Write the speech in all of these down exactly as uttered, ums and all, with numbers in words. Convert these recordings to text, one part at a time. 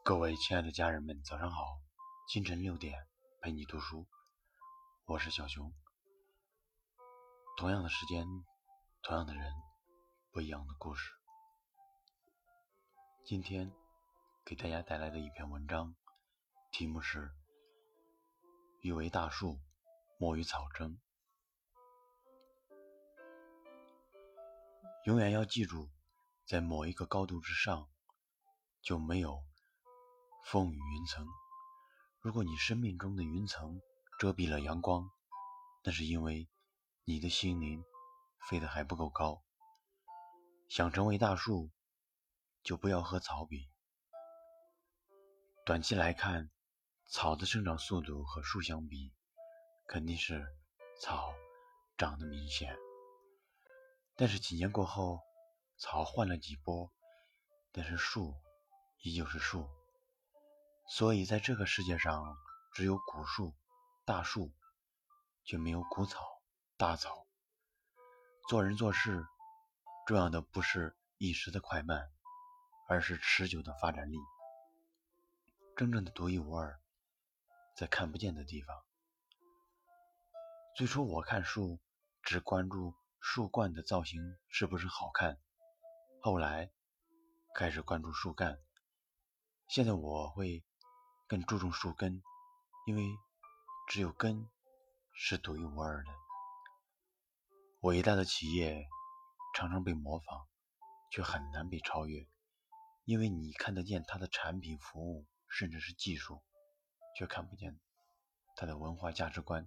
各位亲爱的家人们，早上好！清晨六点陪你读书，我是小熊。同样的时间，同样的人，不一样的故事。今天给大家带来的一篇文章，题目是欲为大树，莫与草争。永远要记住，在某一个高度之上，就没有风雨云层。如果你生命中的云层遮蔽了阳光，那是因为你的心灵飞得还不够高。想成为大树，就不要和草比。短期来看，草的生长速度和树相比，肯定是草长得明显。但是几年过后，草换了几波，但是树依旧是树。所以在这个世界上，只有古树、大树，却没有古草、大草。做人做事，重要的不是一时的快慢，而是持久的发展力。真正的独一无二，在看不见的地方。最初我看树，只关注树冠的造型是不是好看，后来开始关注树干，现在我会更注重树根，因为只有根是独一无二的。伟大的企业常常被模仿，却很难被超越，因为你看得见它的产品服务，甚至是技术，却看不见它的文化价值观。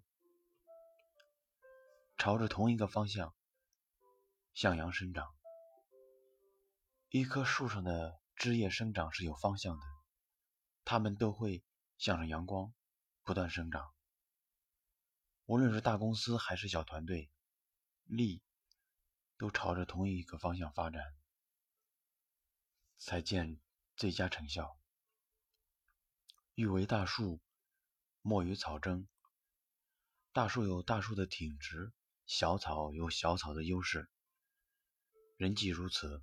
朝着同一个方向向阳生长。一棵树上的枝叶生长是有方向的，它们都会向着阳光不断生长。无论是大公司还是小团队，力都朝着同一个方向发展，才见最佳成效。欲为大树，莫与草争。大树有大树的挺直，小草有小草的优势，人既如此，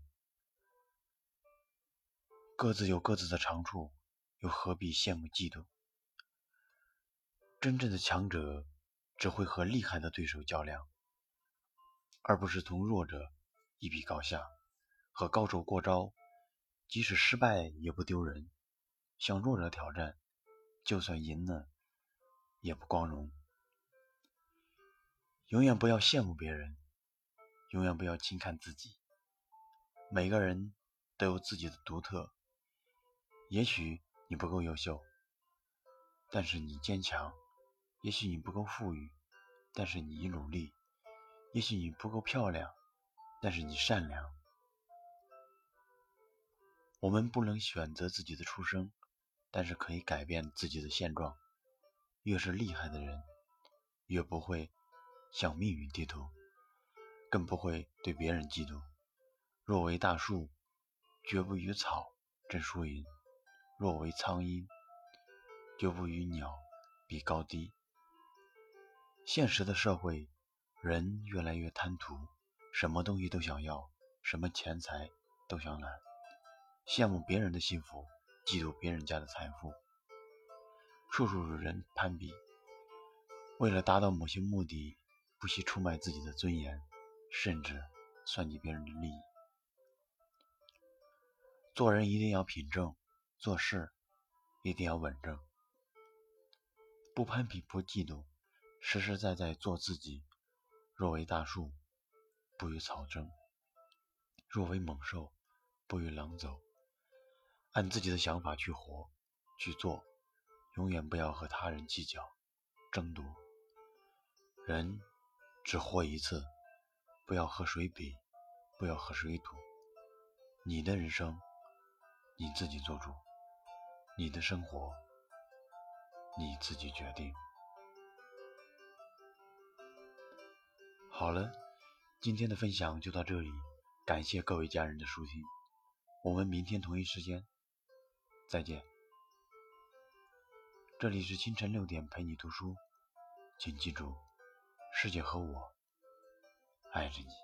各自有各自的长处，又何必羡慕嫉妒？真正的强者只会和厉害的对手较量，而不是同弱者一比高下。和高手过招，即使失败也不丢人，向弱者挑战，就算赢了也不光荣。永远不要羡慕别人，永远不要轻看自己。每个人都有自己的独特，也许你不够优秀，但是你坚强；也许你不够富裕，但是你努力；也许你不够漂亮，但是你善良。我们不能选择自己的出生，但是可以改变自己的现状。越是厉害的人，越不会向命运低头，更不会对别人嫉妒。若为大树，绝不与草争输赢；若为苍鹰，绝不与鸟比高低。现实的社会，人越来越贪图，什么东西都想要，什么钱财都想揽，羡慕别人的幸福，嫉妒别人家的财富，处处与人攀比。为了达到某些目的，不惜出卖自己的尊严，甚至算计别人的利益。做人一定要品正，做事一定要稳正，不攀比，不嫉妒，实实在在做自己。若为大树，不与草争；若为猛兽，不与狼走。按自己的想法去活，去做，永远不要和他人计较、争夺。人只活一次，不要和谁比，不要和谁赌。你的人生你自己做主，你的生活你自己决定。好了，今天的分享就到这里，感谢各位家人的收听，我们明天同一时间再见。这里是清晨六点陪你读书，请记住，世界和我爱着你。